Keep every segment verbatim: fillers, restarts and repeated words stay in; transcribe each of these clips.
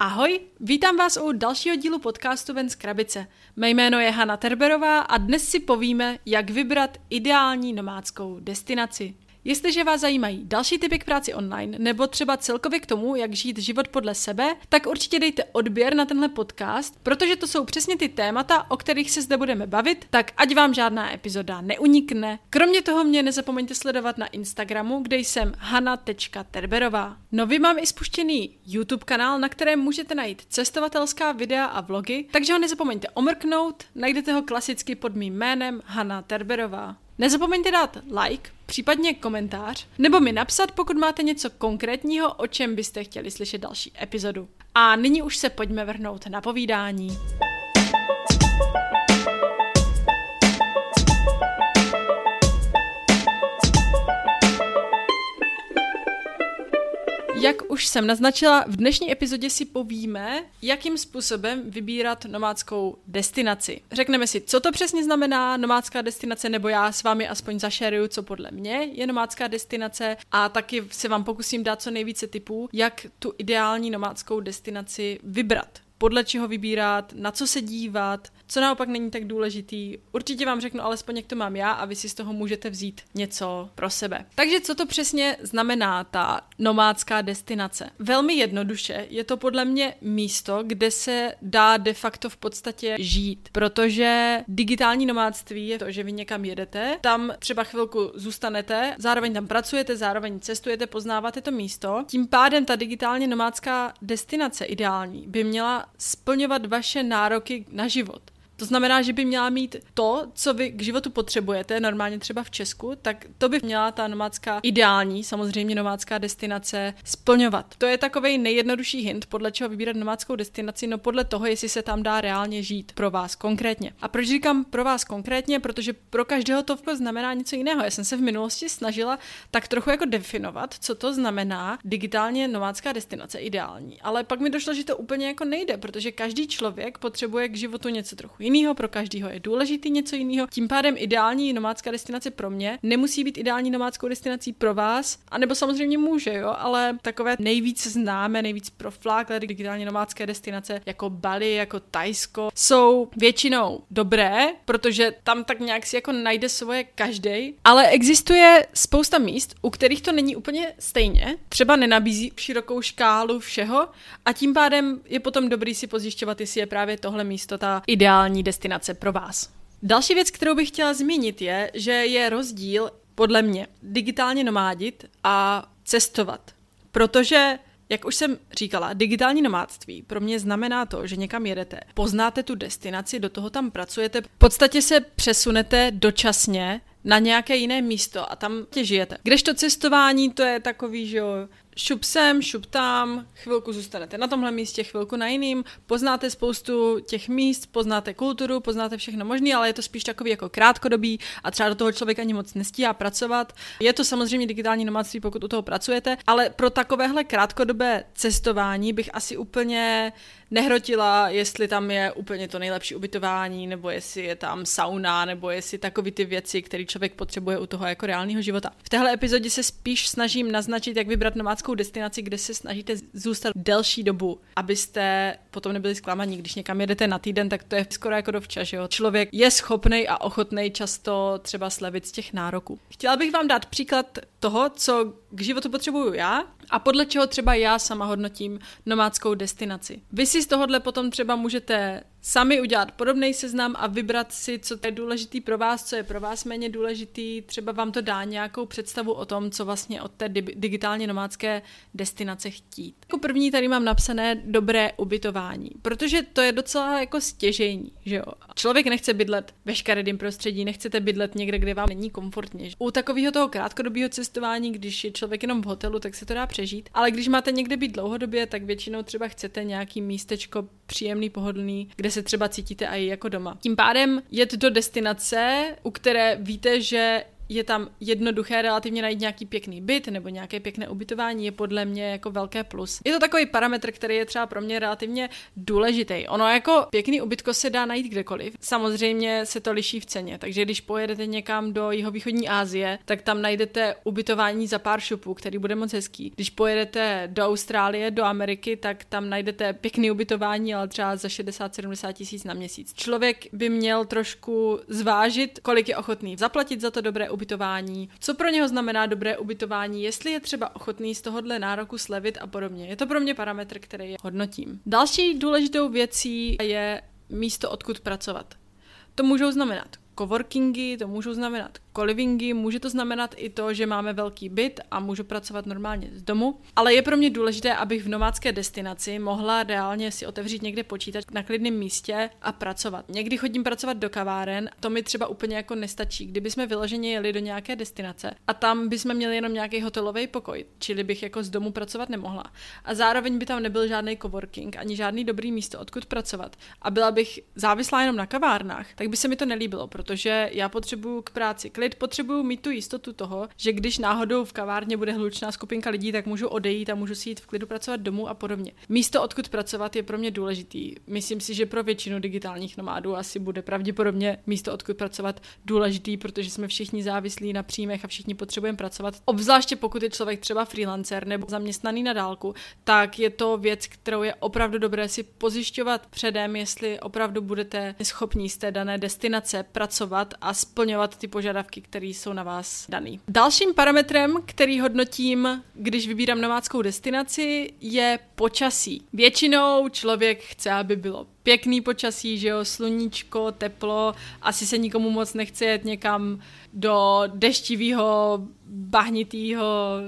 Ahoj, vítám vás u dalšího dílu podcastu Ven z krabice. Mé jméno je Hana Terberová a dnes si povíme, jak vybrat ideální nomádskou destinaci. Jestliže vás zajímají další tipy k práci online nebo třeba celkově k tomu, jak žít život podle sebe, tak určitě dejte odběr na tenhle podcast, protože to jsou přesně ty témata, o kterých se zde budeme bavit, tak ať vám žádná epizoda neunikne. Kromě toho mě nezapomeňte sledovat na Instagramu, kde jsem hana tečka terberová. Nově mám i spuštěný YouTube kanál, na kterém můžete najít cestovatelská videa a vlogy, takže ho nezapomeňte omrknout, najdete ho klasicky pod mým jménem Hana Terberová. Nezapomeňte dát like, případně komentář, nebo mi napsat, pokud máte něco konkrétního, o čem byste chtěli slyšet další epizodu. A nyní už se pojďme vrhnout na povídání. Jak už jsem naznačila, v dnešní epizodě si povíme, jakým způsobem vybírat nomádskou destinaci. Řekneme si, co to přesně znamená nomádská destinace, nebo já s vámi aspoň zašeruju, co podle mě je nomádská destinace a taky se vám pokusím dát co nejvíce tipů, jak tu ideální nomádskou destinaci vybrat. Podle čeho vybírat, na co se dívat, co naopak není tak důležitý. Určitě vám řeknu alespoň, jak to mám já a vy si z toho můžete vzít něco pro sebe. Takže co to přesně znamená ta nomádská destinace? Velmi jednoduše je to podle mě místo, kde se dá de facto v podstatě žít, protože digitální nomádství je to, že vy někam jedete, tam třeba chvilku zůstanete, zároveň tam pracujete, zároveň cestujete, poznáváte to místo. Tím pádem ta digitálně nomádská destinace ideální by měla splňovat vaše nároky na život. To znamená, že by měla mít to, co vy k životu potřebujete, normálně třeba v Česku, tak to by měla ta nomádská, ideální, samozřejmě nomádská destinace splňovat. To je takovej nejjednodušší hint, podle čeho vybírat nomádskou destinaci, no podle toho, jestli se tam dá reálně žít pro vás konkrétně. A proč říkám pro vás konkrétně? Protože pro každého to znamená něco jiného. Já jsem se v minulosti snažila tak trochu jako definovat, co to znamená digitálně nomádská destinace ideální. Ale pak mi došlo, že to úplně jako nejde, protože každý člověk potřebuje k životu něco trochu jiného, pro každého je důležitý něco jiného. Tím pádem ideální nomádská destinace pro mě nemusí být ideální nomádskou destinací pro vás, anebo samozřejmě může, jo, ale takové nejvíc známé, nejvíc profláklé digitální nomádské destinace jako Bali, jako Thajsko jsou většinou dobré, protože tam tak nějak si jako najde svoje každej, ale existuje spousta míst, u kterých to není úplně stejně, třeba nenabízí širokou škálu všeho a tím pádem je potom dobrý si pozjišťovat, jestli je právě tohle místo ta ideální destinace pro vás. Další věc, kterou bych chtěla zmínit, je, že je rozdíl podle mě digitálně nomádit a cestovat. Protože, jak už jsem říkala, digitální nomádství pro mě znamená to, že někam jedete, poznáte tu destinaci, do toho tam pracujete, v podstatě se přesunete dočasně na nějaké jiné místo a tam tě žijete. Kdežto cestování, to je takový, že jo, šup sem, šup tam, chvilku zůstanete na tomhle místě, chvilku na jiným, poznáte spoustu těch míst, poznáte kulturu, poznáte všechno možné, ale je to spíš takový jako krátkodobý a třeba do toho člověk ani moc nestíhá pracovat. Je to samozřejmě digitální nomádství, pokud u toho pracujete, ale pro takovéhle krátkodobé cestování bych asi úplně nehrotila, jestli tam je úplně to nejlepší ubytování, nebo jestli je tam sauna, nebo jestli takový ty věci, které člověk potřebuje u toho jako reálného života. V téhle epizodě se spíš snažím naznačit, jak vybrat nomádskou destinaci, kde se snažíte zůstat delší dobu, abyste potom nebyli zklamaní. Když někam jedete na týden, tak to je skoro jako dovčas, že jo. Člověk je schopnej a ochotnej často třeba slevit z těch nároků. Chtěla bych vám dát příklad toho, co k životu potřebuju já a podle čeho třeba já sama hodnotím nomádskou destinaci. Vy si z tohohle potom třeba můžete sami udělat podobný seznam a vybrat si, co je důležitý pro vás, co je pro vás méně důležitý. Třeba vám to dá nějakou představu o tom, co vlastně od té digitálně nomádské destinace chtít. Jako první tady mám napsané dobré ubytování, protože to je docela jako stěžejní, že jo. Člověk nechce bydlet ve škaredém prostředí, nechcete bydlet někde, kde vám není komfortně. U takového toho krátkodobého cestování, když je člověk jenom v hotelu, tak se to dá přežít, ale když máte někde být dlouhodobě, tak většinou třeba chcete nějaký místečko příjemný, pohodlný, kde se třeba cítíte i jako doma. Tím pádem jet do destinace, u které víte, že je tam jednoduché relativně najít nějaký pěkný byt nebo nějaké pěkné ubytování, je podle mě jako velké plus. Je to takový parametr, který je třeba pro mě relativně důležitý. Ono jako pěkný ubytko se dá najít kdekoliv. Samozřejmě se to liší v ceně, takže když pojedete někam do jihovýchodní Asie, tak tam najdete ubytování za pár šupů, který bude moc hezký. Když pojedete do Austrálie, do Ameriky, tak tam najdete pěkný ubytování, ale třeba za šedesát sedmdesát tisíc na měsíc. Člověk by měl trošku zvážit, kolik je ochotný zaplatit za to dobré ubytování, co pro něho znamená dobré ubytování, jestli je třeba ochotný z tohohle nároku slevit a podobně. Je to pro mě parametr, který hodnotím. Další důležitou věcí je místo, odkud pracovat. To můžou znamenat coworkingy, to můžou znamenat co-livingy, může to znamenat i to, že máme velký byt a můžu pracovat normálně z domu, ale je pro mě důležité, abych v nomádské destinaci mohla reálně si otevřít někde počítač na klidném místě a pracovat. Někdy chodím pracovat do kaváren, to mi třeba úplně jako nestačí. Kdybychom vyloženě jeli do nějaké destinace a tam bychom měli jenom nějaký hotelový pokoj, čili bych jako z domu pracovat nemohla. A zároveň by tam nebyl žádný coworking, ani žádný dobrý místo, odkud pracovat. A byla bych závislá jenom na kavárnách, tak by se mi to nelíbilo, protože já potřebuju k práci klid, potřebuju mít tu jistotu toho, že když náhodou v kavárně bude hlučná skupinka lidí, tak můžu odejít a můžu si jít v klidu pracovat domů a podobně. Místo, odkud pracovat, je pro mě důležitý. Myslím si, že pro většinu digitálních nomádů asi bude pravděpodobně místo, odkud pracovat, důležitý, protože jsme všichni závislí na příjmech a všichni potřebujeme pracovat. Obzvláště pokud je člověk třeba freelancer nebo zaměstnaný na dálku, tak je to věc, kterou je opravdu dobré si pozjišťovat předem, jestli opravdu budete schopní z té dané destinace pracovat a splňovat ty požadavky, které jsou na vás daný. Dalším parametrem, který hodnotím, když vybírám nomádskou destinaci, je počasí. Většinou člověk chce, aby bylo pěkný počasí, že jo, sluníčko, teplo, asi se nikomu moc nechce jet někam do deštivého, bahnitého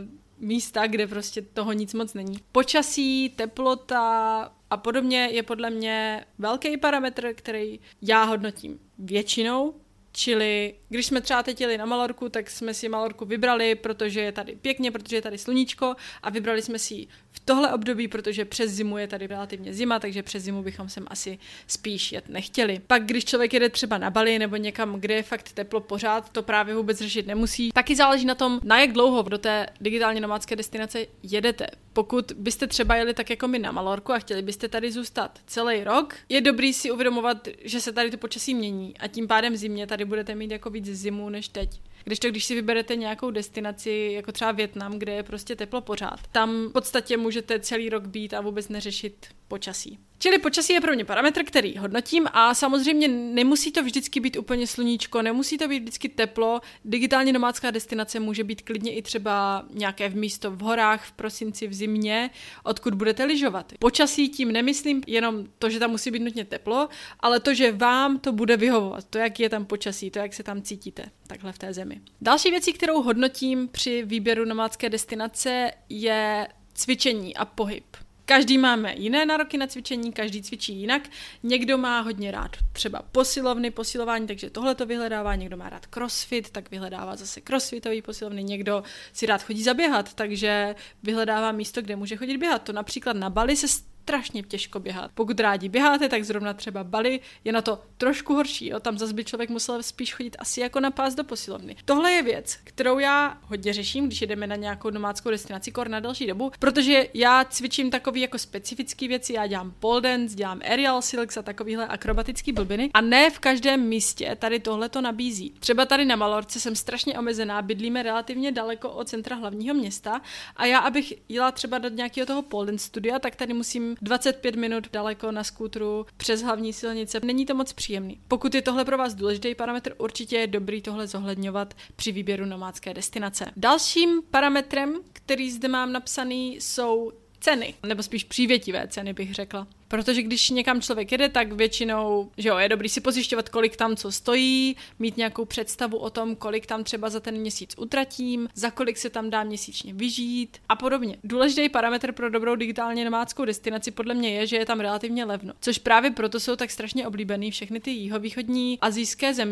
místa, kde prostě toho nic moc není. Počasí, teplota a podobně je podle mě velký parametr, který já hodnotím většinou. Čili když jsme třeba teď jeli na Malorku, tak jsme si Malorku vybrali, protože je tady pěkně, protože je tady sluníčko a vybrali jsme si ji v tohle období, protože přes zimu je tady relativně zima, takže přes zimu bychom sem asi spíš jet nechtěli. Pak když člověk jede třeba na Bali nebo někam, kde je fakt teplo pořád, to právě vůbec řešit nemusí. Taky záleží na tom, na jak dlouho do té digitálně nomádské destinace jedete. Pokud byste třeba jeli tak jako my na Malorku a chtěli byste tady zůstat celý rok, je dobrý si uvědomovat, že se tady to počasí mění a tím pádem zimě tady budete mít jako víc zimu než teď. Když to, když si vyberete nějakou destinaci, jako třeba Vietnam, kde je prostě teplo pořád, tam v podstatě můžete celý rok být a vůbec neřešit počasí. Čili počasí je pro mě parametr, který hodnotím a samozřejmě nemusí to vždycky být úplně sluníčko, nemusí to být vždycky teplo. Digitálně nomádská destinace může být klidně i třeba nějaké v místo v horách v prosinci, v zimě, odkud budete lyžovat. Počasí tím nemyslím jenom to, že tam musí být nutně teplo, ale to, že vám to bude vyhovovat, to, jak je tam počasí, to, jak se tam cítíte takhle v té zemi. Další věcí, kterou hodnotím při výběru nomádské destinace, je cvičení a pohyb. Každý máme jiné nároky na cvičení, každý cvičí jinak. Někdo má hodně rád třeba posilovny, posilování, takže tohle to vyhledává. Někdo má rád crossfit, tak vyhledává zase crossfitový posilovny. Někdo si rád chodí zaběhat, takže vyhledává místo, kde může chodit běhat. To například na Bali se strašně těžko běhat. Pokud rádi běháte, tak zrovna třeba Bali je na to trošku horší. Jo? Tam zase by člověk musel spíš chodit asi jako na pás do posilovny. Tohle je věc, kterou já hodně řeším, když jedeme na nějakou nomádskou destinaci kor na delší dobu, protože já cvičím takový jako specifické věci, já dělám pole dance, dělám aerial silks a takovýhle akrobatický blbiny a ne v každém místě tady tohle to nabízí. Třeba tady na Malorce jsem strašně omezená, bydlíme relativně daleko od centra hlavního města a já, abych jela třeba do nějakého toho pole dance studia, tak tady musím dvacet pět minut daleko na skútru přes hlavní silnice. Není to moc příjemný. Pokud je tohle pro vás důležitý parametr, určitě je dobrý tohle zohledňovat při výběru nomádské destinace. Dalším parametrem, který zde mám napsaný, jsou ceny, nebo spíš přívětivé ceny, bych řekla. Protože když někam člověk jede, tak většinou, že jo, je dobrý si pozjišťovat, kolik tam co stojí, mít nějakou představu o tom, kolik tam třeba za ten měsíc utratím, za kolik se tam dá měsíčně vyžít a podobně. Důležitý parametr pro dobrou digitálně nomádskou destinaci podle mě je, že je tam relativně levno. Což právě proto jsou tak strašně oblíbený všechny ty jihovýchodní asijské země.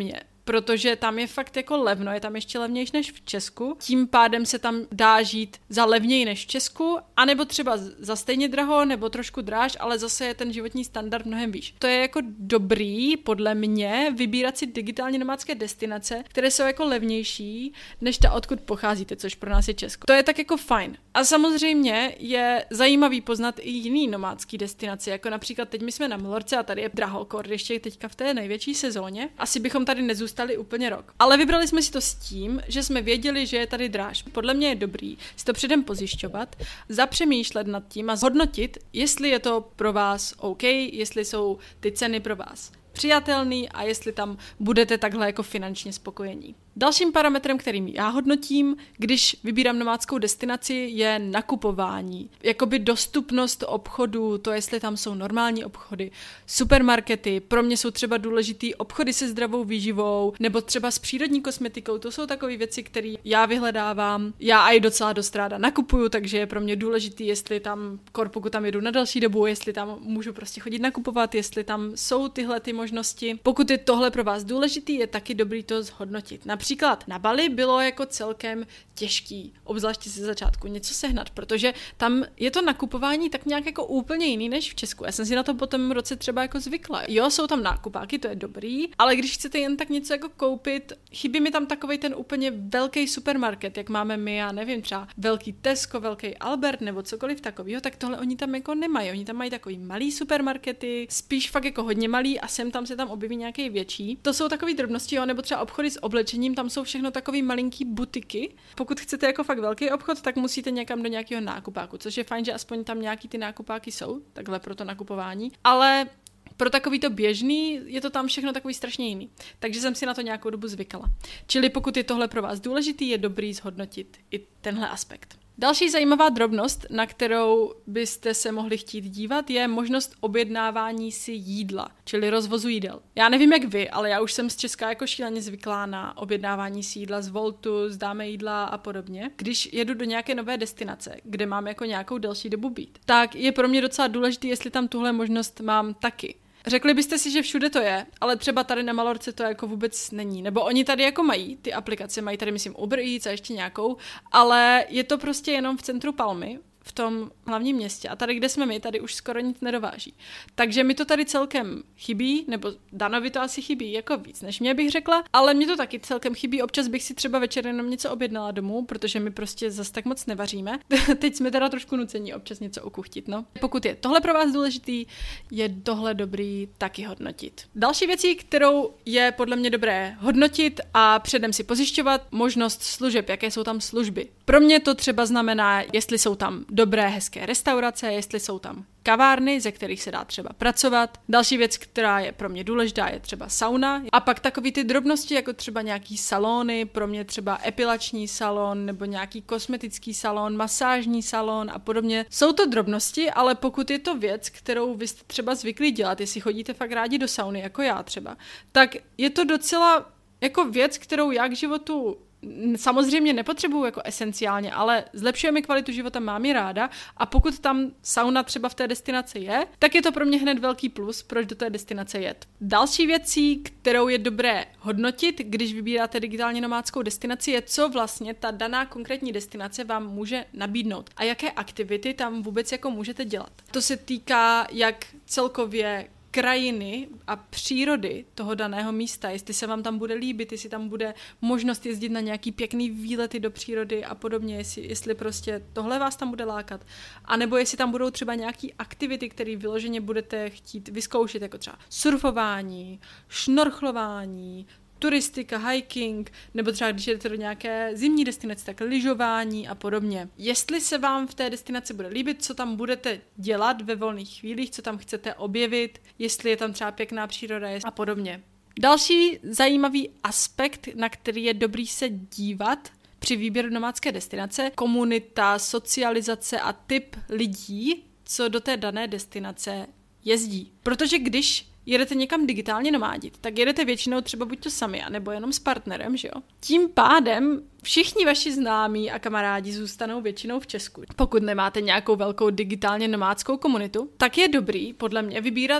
protože tam je fakt jako levno, je tam ještě levnější než v Česku, tím pádem se tam dá žít za levněji než v Česku, anebo třeba za stejně draho, nebo trošku dráž, ale zase je ten životní standard mnohem výš. To je jako dobrý, podle mě, vybírat si digitálně nomádské destinace, které jsou jako levnější, než ta, odkud pocházíte, což pro nás je Česko. To je tak jako fajn. A samozřejmě je zajímavý poznat i jiný nomádský destinace, jako například teď my jsme na Mallorce a tady je drahokor, ještě teďka v té největší sezóně. Asi bychom tady nezůstali úplně rok. Ale vybrali jsme si to s tím, že jsme věděli, že je tady dráž. Podle mě je dobrý si to předem pozjišťovat, zapřemýšlet nad tím a zhodnotit, jestli je to pro vás OK, jestli jsou ty ceny pro vás přijatelný a jestli tam budete takhle jako finančně spokojení. Dalším parametrem, kterým já hodnotím, když vybírám nomádskou destinaci, je nakupování. Jakoby dostupnost obchodů, to jestli tam jsou normální obchody, supermarkety, pro mě jsou třeba důležitý obchody se zdravou výživou, nebo třeba s přírodní kosmetikou, to jsou takové věci, které já vyhledávám. Já i docela dost ráda nakupuju, takže je pro mě důležitý, jestli tam, pokud tam jedu na další dobu, jestli tam můžu prostě chodit nakupovat, jestli tam jsou tyhle ty možnosti. Pokud je tohle pro vás důležitý, je taky dobrý to zhodnotit. Například na Bali bylo jako celkem těžký, obzvláště ze začátku, něco sehnat, protože tam je to nakupování tak nějak jako úplně jiný než v Česku. Já jsem si na to po tom roce třeba jako zvykla. Jo, jsou tam nákupáky, to je dobrý, ale když chcete jen tak něco jako koupit, chybí mi tam takovej ten úplně velký supermarket, jak máme my, já nevím, třeba velký Tesco, velký Albert nebo cokoliv takového, tak tohle oni tam jako nemají. Oni tam mají takový malý supermarkety, spíš fakt jako hodně malý a sem tam se tam objeví nějaký větší. To jsou takové drobnosti, jo, nebo třeba obchody s oblečením, tam jsou všechno takový malinký butiky. Pokud chcete jako fakt velký obchod, tak musíte někam do nějakého nákupáku, což je fajn, že aspoň tam nějaký ty nákupáky jsou, takhle pro to nakupování, ale pro takový to běžný je to tam všechno takový strašně jiný. Takže jsem si na to nějakou dobu zvykala. Čili pokud je tohle pro vás důležitý, je dobrý zhodnotit i tenhle aspekt. Další zajímavá drobnost, na kterou byste se mohli chtít dívat, je možnost objednávání si jídla, čili rozvozu jídel. Já nevím jak vy, ale já už jsem z Česka jako šíleně zvyklá na objednávání si jídla z Voltu, z Dáme jídla a podobně. Když jedu do nějaké nové destinace, kde mám jako nějakou delší dobu být, tak je pro mě docela důležité, jestli tam tuhle možnost mám taky. Řekli byste si, že všude to je, ale třeba tady na Malorce to jako vůbec není. Nebo oni tady jako mají ty aplikace, mají tady myslím Uber Eats a ještě nějakou, ale je to prostě jenom v centru Palmy, v tom hlavním městě. A tady, kde jsme my, tady už skoro nic nedováží. Takže mi to tady celkem chybí, nebo Danovi to asi chybí jako víc, než mě bych řekla, ale mě to taky celkem chybí. Občas bych si třeba večer jenom něco objednala domů, protože my prostě zas tak moc nevaříme. Teď jsme teda trošku nucení občas něco okuchtit, no. Pokud je tohle pro vás důležitý, je tohle dobrý taky hodnotit. Další věcí, kterou je podle mě dobré hodnotit a předem si pozjišťovat, možnost služeb, jaké jsou tam služby. Pro mě to třeba znamená, jestli jsou tam dobré, hezké restaurace, jestli jsou tam kavárny, ze kterých se dá třeba pracovat. Další věc, která je pro mě důležitá, je třeba sauna. A pak takový ty drobnosti, jako třeba nějaký salony, pro mě třeba epilační salon, nebo nějaký kosmetický salon, masážní salon a podobně. Jsou to drobnosti, ale pokud je to věc, kterou vy jste třeba zvyklí dělat, jestli chodíte fakt rádi do sauny, jako já třeba, tak je to docela jako věc, kterou já k životu samozřejmě nepotřebuju jako esenciálně, ale zlepšuje mi kvalitu života, mám ji ráda a pokud tam sauna třeba v té destinaci je, tak je to pro mě hned velký plus, proč do té destinace jet. Další věcí, kterou je dobré hodnotit, když vybíráte digitálně nomádskou destinaci, je, co vlastně ta daná konkrétní destinace vám může nabídnout a jaké aktivity tam vůbec jako můžete dělat. To se týká jak celkově krajiny a přírody toho daného místa, jestli se vám tam bude líbit, jestli tam bude možnost jezdit na nějaký pěkný výlety do přírody a podobně, jestli, jestli prostě tohle vás tam bude lákat. A nebo jestli tam budou třeba nějaký aktivity, které vyloženě budete chtít vyzkoušet, jako třeba surfování, šnorchlování, turistika, hiking, nebo třeba když jdete do nějaké zimní destinace, tak lyžování a podobně. Jestli se vám v té destinaci bude líbit, co tam budete dělat ve volných chvílích, co tam chcete objevit, jestli je tam třeba pěkná příroda a podobně. Další zajímavý aspekt, na který je dobrý se dívat při výběru nomádské destinace, komunita, socializace a typ lidí, co do té dané destinace jezdí. Protože když jedete někam digitálně nomádit, tak jedete většinou třeba buď to sami, anebo jenom s partnerem, že jo? Tím pádem všichni vaši známí a kamarádi zůstanou většinou v Česku. Pokud nemáte nějakou velkou digitálně nomádskou komunitu, tak je dobrý, podle mě, vybírat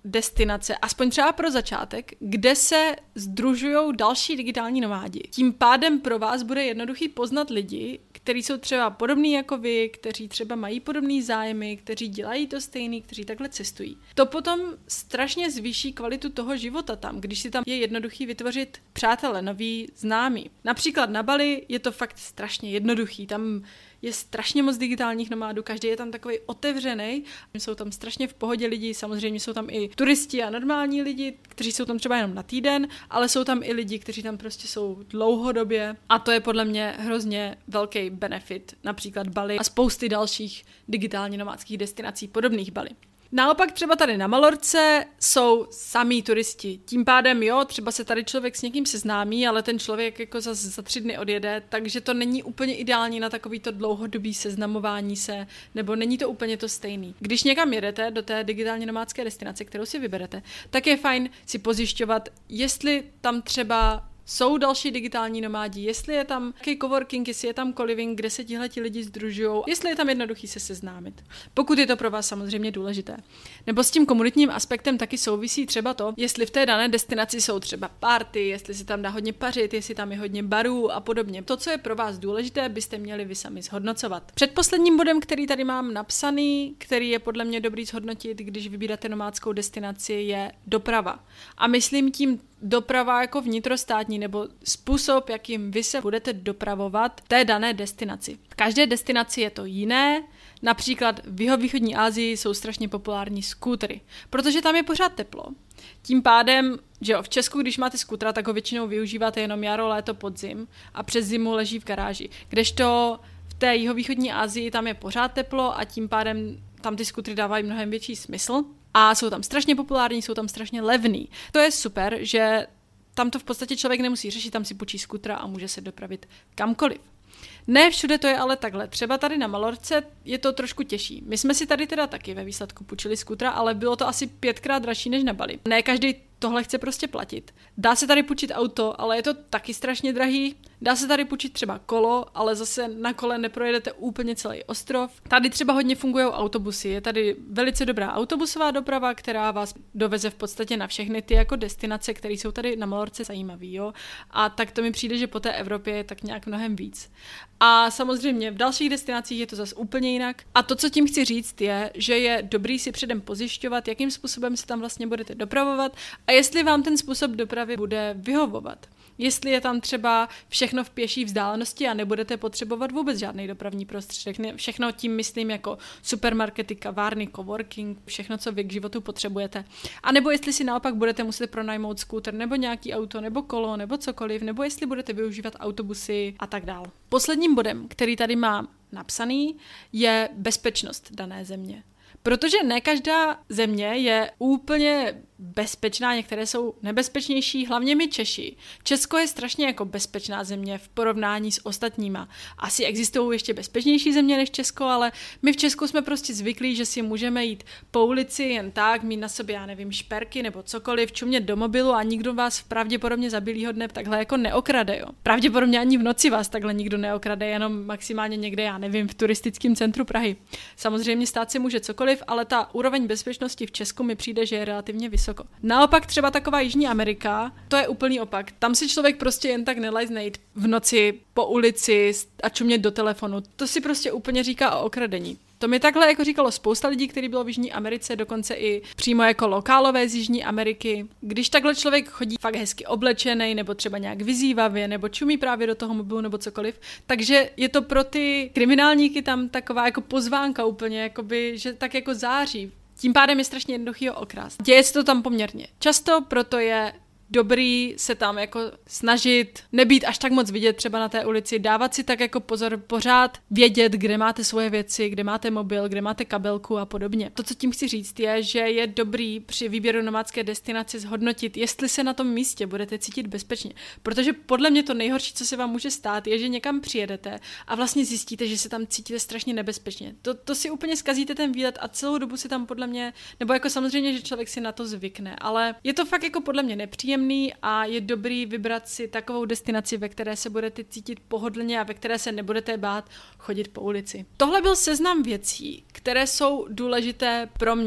destinace, aspoň třeba pro začátek, kde se sdružují další digitální nomádi. Tím pádem pro vás bude jednoduchý poznat lidi, kteří jsou třeba podobní jako vy, kteří třeba mají podobný zájmy, kteří dělají to stejný, kteří takhle cestují. To potom strašně zvýší kvalitu toho života tam, když si tam je jednoduchý vytvořit přátele, nový známí. Například na Bali je to fakt strašně jednoduchý, tam je strašně moc digitálních nomádů, každý je tam takový otevřený, jsou tam strašně v pohodě lidi, samozřejmě jsou tam i turisti a normální lidi, kteří jsou tam třeba jenom na týden, ale jsou tam i lidi, kteří tam prostě jsou dlouhodobě a to je podle mě hrozně velký benefit, například Bali a spousty dalších digitálně nomádských destinací podobných Bali. Naopak třeba tady na Malorce jsou samý turisti. Tím pádem jo, třeba se tady člověk s někým seznámí, ale ten člověk jako za, za tři dny odjede, takže to není úplně ideální na takovýto dlouhodobý seznamování se, nebo není to úplně to stejný. Když někam jedete do té digitálně nomádské destinace, kterou si vyberete, tak je fajn si pozjišťovat, jestli tam třeba jsou další digitální nomádi, jestli je tam jaký coworking, jestli je tam co-living, kde se tihleti lidi sdružují, jestli je tam jednoduchý se seznámit. Pokud je to pro vás samozřejmě důležité. Nebo s tím komunitním aspektem taky souvisí třeba to, jestli v té dané destinaci jsou třeba party, jestli se tam dá hodně pařit, jestli tam je hodně barů a podobně. To, co je pro vás důležité, byste měli vy sami zhodnocovat. Předposledním bodem, který tady mám napsaný, který je podle mě dobrý zhodnotit, když vybíráte nomádskou destinaci, je doprava. A myslím tím doprava jako vnitrostátní nebo způsob, jakým vy se budete dopravovat té dané destinaci. V každé destinaci je to jiné, například v jihovýchodní Asii jsou strašně populární skútry, protože tam je pořád teplo. Tím pádem, že jo, v Česku, když máte skútra, tak ho většinou využíváte jenom jaro, léto, podzim a přes zimu leží v garáži. Kdežto v té jihovýchodní Asii tam je pořád teplo a tím pádem tam ty skútry dávají mnohem větší smysl. A jsou tam strašně populární, jsou tam strašně levný. To je super, že tam to v podstatě člověk nemusí řešit, tam si půjčí skutra a může se dopravit kamkoliv. Ne všude to je ale takhle. Třeba tady na Malorce je to trošku těžší. My jsme si tady teda taky ve výsledku půjčili skutra, ale bylo to asi pětkrát dražší než na Bali. Ne každý tohle chce prostě platit. Dá se tady půjčit auto, ale je to taky strašně drahý. Dá se tady půjčit třeba kolo, ale zase na kole neprojedete úplně celý ostrov. Tady třeba hodně fungují autobusy. Je tady velice dobrá autobusová doprava, která vás doveze v podstatě na všechny ty jako destinace, které jsou tady na Malorce zajímavý, jo. A tak to mi přijde, že po té Evropě je tak nějak mnohem víc. A samozřejmě v dalších destinacích je to zase úplně jinak. A to, co tím chci říct, je, že je dobrý si předem pozjišťovat, jakým způsobem se tam vlastně budete dopravovat a jestli vám ten způsob dopravy bude vyhovovat. Jestli je tam třeba všechno v pěší vzdálenosti a nebudete potřebovat vůbec žádný dopravní prostředek. Všechno tím myslím jako supermarkety, kavárny, coworking, všechno, co vy k životu potřebujete. A nebo jestli si naopak budete muset pronajmout skúter, nebo nějaký auto, nebo kolo, nebo cokoliv, nebo jestli budete využívat autobusy a tak dál. Posledním bodem, který tady mám napsaný, je bezpečnost dané země. Protože ne každá země je úplně bezpečná, některé jsou nebezpečnější, hlavně my Češi. Česko je strašně jako bezpečná země v porovnání s ostatníma. Asi existují ještě bezpečnější země než Česko, ale my v Česku jsme prostě zvyklí, že si můžeme jít po ulici jen tak, mít na sobě, já nevím, šperky nebo cokoliv, čumět do mobilu a nikdo vás pravděpodobně za bílýho dne takhle jako neokrade, jo. Pravděpodobně ani v noci vás takhle nikdo neokrade, jenom maximálně někde, já nevím, v turistickém centru Prahy. Samozřejmě stát se může cokoliv, ale ta úroveň bezpečnosti v Česku mi přijde, že je relativně vysoká. Naopak třeba taková Jižní Amerika, to je úplný opak. Tam si člověk prostě jen tak nelajzne jít v noci po ulici a čumět do telefonu. To si prostě úplně říká o okradení. To mi takhle jako říkalo spousta lidí, kteří bylo v Jižní Americe, dokonce i přímo jako lokálové z Jižní Ameriky. Když takhle člověk chodí fakt hezky oblečený, nebo třeba nějak vyzývavě, nebo čumí právě do toho mobilu, nebo cokoliv, takže je to pro ty kriminálníky tam taková jako pozvánka úplně, jakoby, že tak jako září. Tím pádem je strašně jednoduchý ho okrást. Děje se to tam poměrně často, proto je dobrý se tam jako snažit nebýt až tak moc vidět třeba na té ulici, dávat si tak jako pozor, pořád vědět, kde máte svoje věci, kde máte mobil, kde máte kabelku a podobně. To, co tím chci říct, je, že je dobrý při výběru nomádské destinace zhodnotit, jestli se na tom místě budete cítit bezpečně. Protože podle mě to nejhorší, co se vám může stát, je, že někam přijedete a vlastně zjistíte, že se tam cítíte strašně nebezpečně. To, to si úplně zkazíte ten výlet a celou dobu si tam podle mě, nebo jako samozřejmě, že člověk si na to zvykne, ale je to fakt jako podle mě nepříjemné a je dobrý vybrat si takovou destinaci, ve které se budete cítit pohodlně a ve které se nebudete bát chodit po ulici. Tohle byl seznam věcí, které jsou důležité pro mě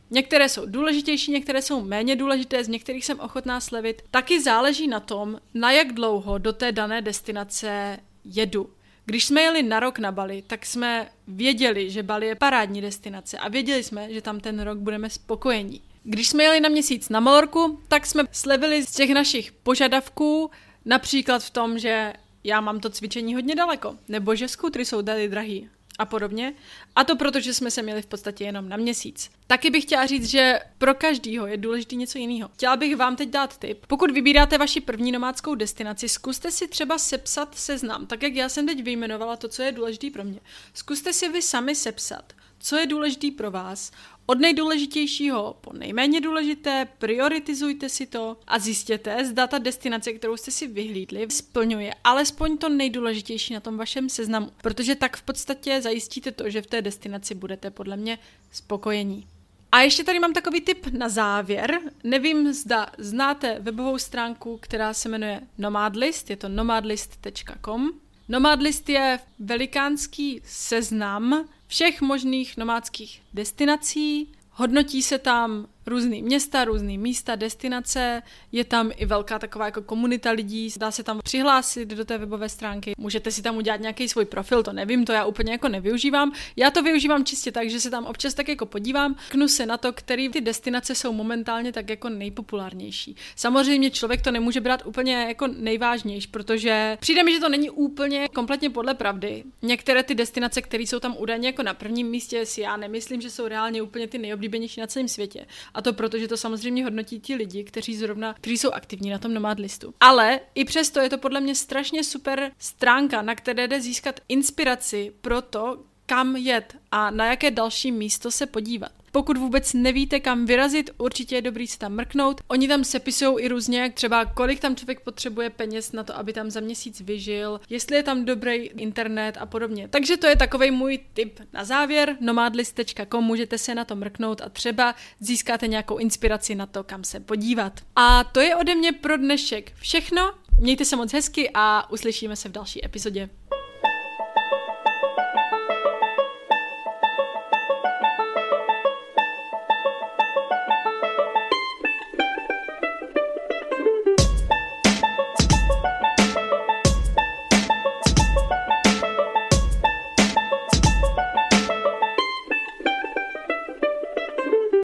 Některé jsou důležitější, některé jsou méně důležité, z některých jsem ochotná slevit. Taky záleží na tom, na jak dlouho do té dané destinace jedu. Když jsme jeli na rok na Bali, tak jsme věděli, že Bali je parádní destinace a věděli jsme, že tam ten rok budeme spokojení. Když jsme jeli na měsíc na Malorku, tak jsme slevili z těch našich požadavků, například v tom, že já mám to cvičení hodně daleko, nebo že skútry jsou tady drahý a podobně. A to proto, že jsme se měli v podstatě jenom na měsíc. Taky bych chtěla říct, že pro každýho je důležitý něco jiného. Chtěla bych vám teď dát tip. Pokud vybíráte vaši první nomádskou destinaci, zkuste si třeba sepsat seznam, tak jak já jsem teď vyjmenovala to, co je důležitý pro mě. Zkuste si vy sami sepsat, co je důležitý pro vás, od nejdůležitějšího po nejméně důležité, prioritizujte si to a zjistěte, zda ta destinace, kterou jste si vyhlídli, splňuje alespoň to nejdůležitější na tom vašem seznamu, protože tak v podstatě zajistíte to, že v té destinaci budete podle mě spokojení. A ještě tady mám takový tip na závěr. Nevím, zda znáte webovou stránku, která se jmenuje Nomadlist, je to nomadlist tečka com. Nomadlist je velikánský seznam všech možných nomádských destinací, hodnotí se tam různý města, různý místa, destinace, je tam i velká taková jako komunita lidí, dá se tam přihlásit do té webové stránky, můžete si tam udělat nějaký svůj profil, to nevím, to já úplně jako nevyužívám, já to využívám čistě tak, že se tam občas tak jako podívám, knu se na to, který ty destinace jsou momentálně tak jako nejpopulárnější. Samozřejmě člověk to nemůže brát úplně jako nejvážnější, protože přijde mi, že to není úplně kompletně podle pravdy. Některé ty destinace, které jsou tam údajně jako na prvním místě, si já nemyslím, že jsou reálně úplně ty nejoblíbenější na celém světě. A to proto, že to samozřejmě hodnotí ti lidi, kteří zrovna, kteří jsou aktivní na tom Nomadlistu. Ale i přesto je to podle mě strašně super stránka, na které jde získat inspiraci pro to, kam jet a na jaké další místo se podívat. Pokud vůbec nevíte, kam vyrazit, určitě je dobrý se tam mrknout. Oni tam sepisují i různě, třeba kolik tam člověk potřebuje peněz na to, aby tam za měsíc vyžil, jestli je tam dobrý internet a podobně. Takže to je takovej můj tip na závěr. nomadlist tečka com, můžete se na to mrknout a třeba získáte nějakou inspiraci na to, kam se podívat. A to je ode mě pro dnešek všechno. Mějte se moc hezky a uslyšíme se v další epizodě.